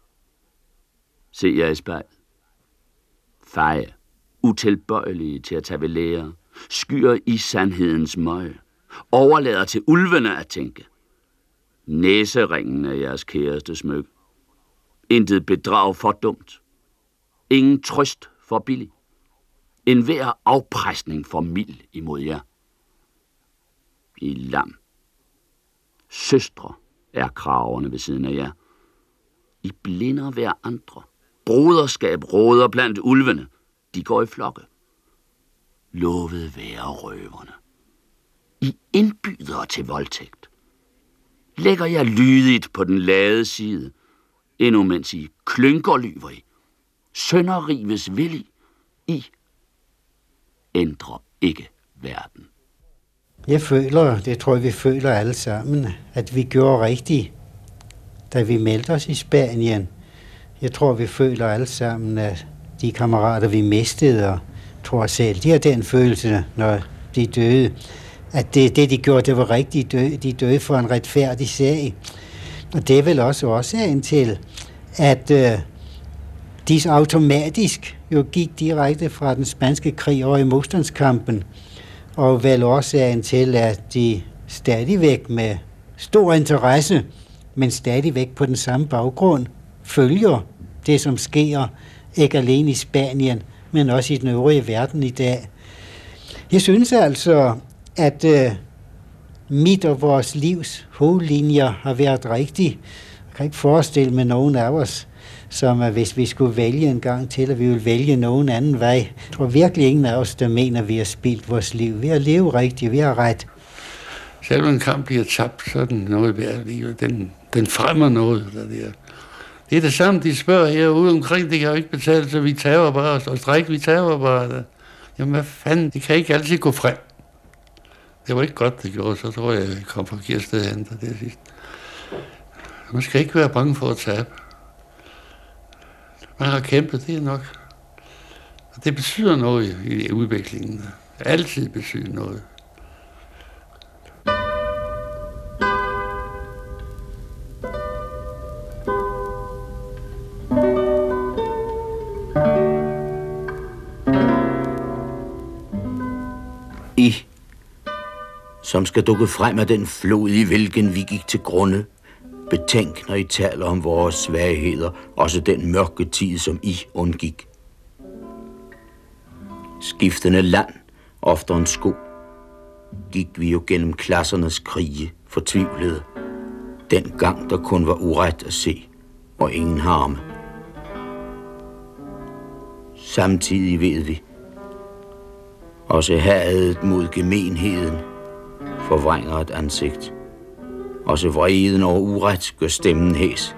Se jer i spejl. Feje, utilbøjelige til at tage ved lære, skyer i sandhedens møg, overlader til ulvene at tænke. Næseringen er jeres kæreste smykke. Intet bedrag for dumt. Ingen trøst for billig. En hver afpresning for mild imod jer. I lam. Søstre er kraverne ved siden af jer. I blinder hver andre. Broderskab råder blandt ulvene. De går i flokke. Lovet være røverne. I indbyder til voldtægt. Lægger jeg lydigt på den lade side, endnu mens I klynker lyver I. Sønderrives vil I ændrer ikke verden. Jeg føler, det tror jeg, vi føler alle sammen, at vi gjorde rigtigt, da vi meldte os i Spanien. Jeg tror, vi føler alle sammen, at de kammerater, vi mistede, og tror selv, de har den følelse, når de døde, at det de gjorde, det var rigtigt. De døde for en retfærdig sag. Og det er vel også årsagen til, at de automatisk jo gik direkte fra den spanske krig over i modstandskampen, og vel årsagen til, at de stadigvæk med stor interesse, men stadigvæk på den samme baggrund, følger det, som sker, ikke alene i Spanien, men også i den øvrige verden i dag. Jeg synes altså, at mit og vores livs hovedlinjer har været rigtige. Jeg kan ikke forestille mig nogen af os, som hvis vi skulle vælge en gang til, at vi vil vælge nogen anden vej. Jeg tror virkelig ingen af os, der mener, at vi har spildt vores liv. Vi har levet rigtigt, vi har ret. Selv en kamp bliver tabt, så er den noget værd. Den fremmer noget. Det er det samme, de spørger herude omkring. Det kan jo ikke betale, så vi tager bare og stræk, vi tager bare. Jamen hvad fanden, det kan ikke altid gå frem. Det var ikke godt, det gjorde, så tror jeg kom forkert sted hen til det sidste. Man skal ikke være bange for at tabe. Man har kæmpet, det er nok. Og det betyder noget i udviklingen. Det altid betyder noget. I, som skal dukke frem af den flod, i hvilken vi gik til grunde, betænk, når I taler om vores svagheder, også den mørke tid, som I undgik. Skiftende land, oftere en sko, gik vi jo gennem klassernes krige, fortvivlede, den gang der kun var uret at se, og ingen harme. Samtidig ved vi, også hadet mod gemenheden forvrænger et ansigt. Også vreden over uret gør stemmen hæs.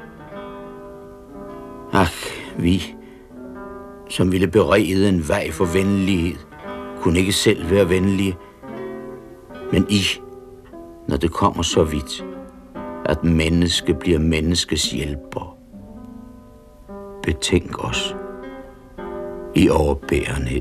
Ach, vi, som ville berede en vej for venlighed, kunne ikke selv være venlige. Men I, når det kommer så vidt, at menneske bliver menneskes hjælper, betænk os i overbærenhed.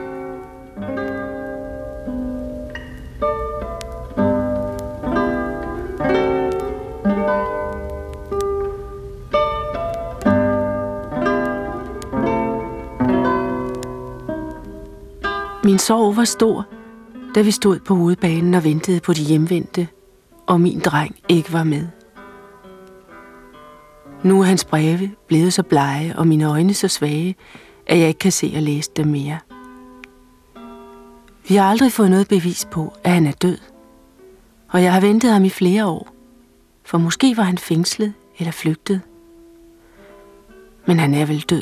Min sorg var stor, da vi stod på hovedbanen og ventede på de hjemvendte, og min dreng ikke var med. Nu er hans breve blevet så blege og mine øjne så svage, at jeg ikke kan se og læse dem mere. Vi har aldrig fået noget bevis på, at han er død. Og jeg har ventet ham i flere år, for måske var han fængslet eller flygtet. Men han er vel død.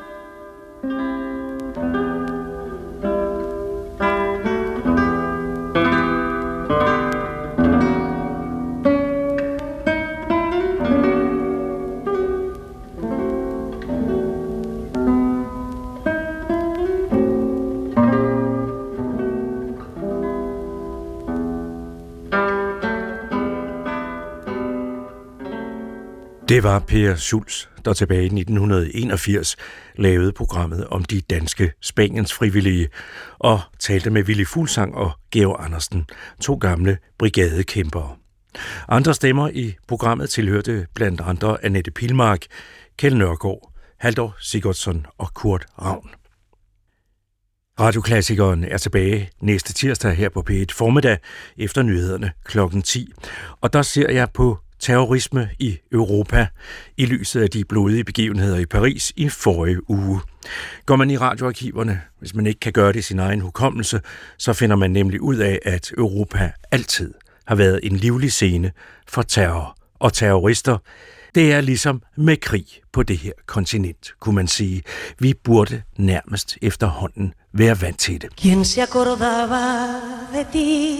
Det var Per Schulz, der tilbage i 1981 lavede programmet om de danske Spaniens frivillige og talte med Willy Fuglsang og Georg Andersen, 2 gamle brigadekæmpere. Andre stemmer i programmet tilhørte blandt andre Annette Pilmark, Kjeld Nørgaard, Haldor Sigurdsson og Kurt Ravn. Radioklassikeren er tilbage næste tirsdag her på P1 formiddag efter nyhederne kl. 10. Og der ser jeg på terrorisme i Europa i lyset af de blodige begivenheder i Paris i forrige uge. Går man i radioarkiverne, hvis man ikke kan gøre det i sin egen hukommelse, så finder man nemlig ud af, at Europa altid har været en livlig scene for terror og terrorister. Det er ligesom med krig på det her kontinent, kunne man sige. Vi burde nærmest efterhånden være vant til det. Quien se acordaba de ti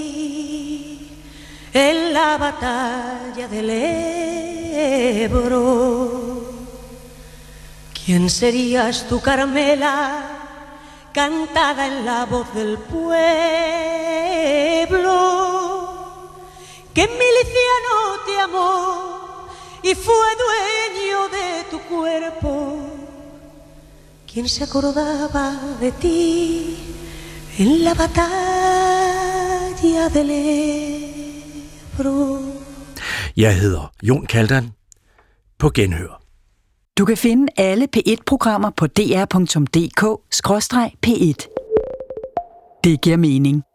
en la batalla del Ebro? ¿Quién serías tu Carmela, cantada en la voz del pueblo? Que miliciano te amó y fue dueño de tu cuerpo. ¿Quién se acordaba de ti en la batalla del Ebro? Jeg hedder Jon Kaldan. På genhør. Du kan finde alle P1-programmer på dr.dk/P1. Det giver mening.